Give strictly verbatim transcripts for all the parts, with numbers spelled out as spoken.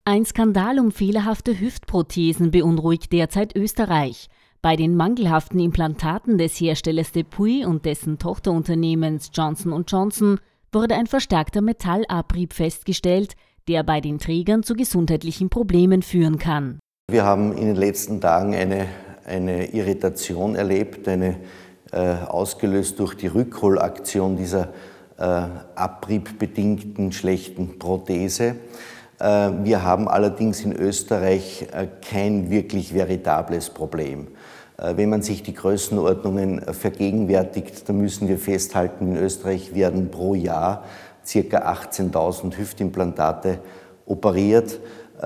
Ein Skandal um fehlerhafte Hüftprothesen beunruhigt derzeit Österreich. Bei den mangelhaften Implantaten des Herstellers Depuis und dessen Tochterunternehmens Johnson und Johnson wurde ein verstärkter Metallabrieb festgestellt, der bei den Trägern zu gesundheitlichen Problemen führen kann. Wir haben in den letzten Tagen eine, eine Irritation erlebt, eine, äh, ausgelöst durch die Rückholaktion dieser äh, abriebbedingten schlechten Prothese. Äh, wir haben allerdings in Österreich äh, kein wirklich veritables Problem. Äh, wenn man sich die Größenordnungen äh, vergegenwärtigt, dann müssen wir festhalten, in Österreich werden pro Jahr ca. achtzehntausend Hüftimplantate operiert,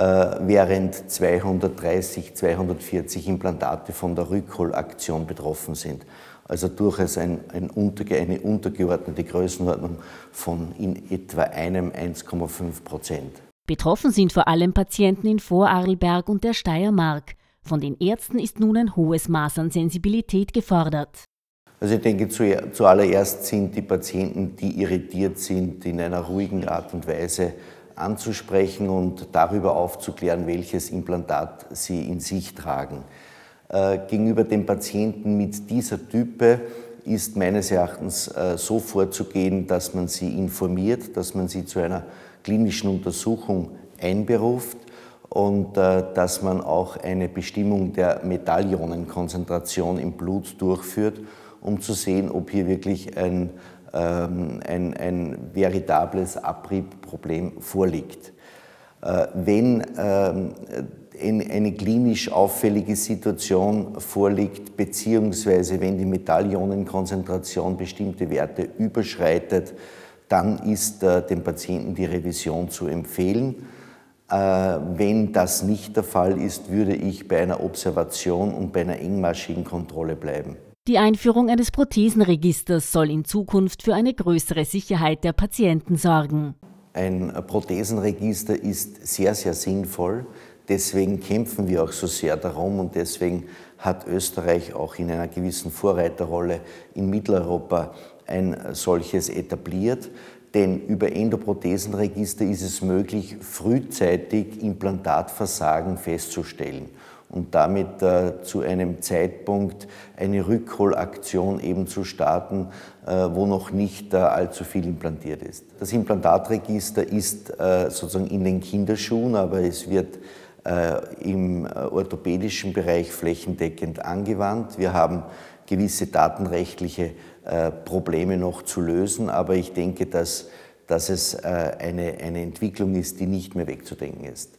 während zweihundertdreißig, zweihundertvierzig Implantate von der Rückholaktion betroffen sind. Also durchaus ein, ein unter, eine untergeordnete Größenordnung von in etwa einem eins Komma fünf Prozent. Betroffen sind vor allem Patienten in Vorarlberg und der Steiermark. Von den Ärzten ist nun ein hohes Maß an Sensibilität gefordert. Also ich denke, zuallererst sind die Patienten, die irritiert sind, in einer ruhigen Art und Weise anzusprechen und darüber aufzuklären, welches Implantat sie in sich tragen. Äh, gegenüber den Patienten mit dieser Type ist meines Erachtens äh, so vorzugehen, dass man sie informiert, dass man sie zu einer klinischen Untersuchung einberuft und äh, dass man auch eine Bestimmung der Metallionenkonzentration im Blut durchführt, um zu sehen, ob hier wirklich ein, ähm, ein, ein veritables Abriebproblem vorliegt. Äh, wenn ähm, eine, eine klinisch auffällige Situation vorliegt, beziehungsweise wenn die Metallionenkonzentration bestimmte Werte überschreitet, dann ist äh, dem Patienten die Revision zu empfehlen. Äh, wenn das nicht der Fall ist, würde ich bei einer Observation und bei einer engmaschigen Kontrolle bleiben. Die Einführung eines Prothesenregisters soll in Zukunft für eine größere Sicherheit der Patienten sorgen. Ein Prothesenregister ist sehr, sehr sinnvoll. Deswegen kämpfen wir auch so sehr darum und deswegen hat Österreich auch in einer gewissen Vorreiterrolle in Mitteleuropa ein solches etabliert. Denn über Endoprothesenregister ist es möglich, frühzeitig Implantatversagen festzustellen und damit äh, zu einem Zeitpunkt eine Rückholaktion eben zu starten, äh, wo noch nicht äh, allzu viel implantiert ist. Das Implantatregister ist äh, sozusagen in den Kinderschuhen, aber es wird äh, im äh, orthopädischen Bereich flächendeckend angewandt. Wir haben gewisse datenrechtliche äh, Probleme noch zu lösen, aber ich denke, dass, dass es äh, eine, eine Entwicklung ist, die nicht mehr wegzudenken ist.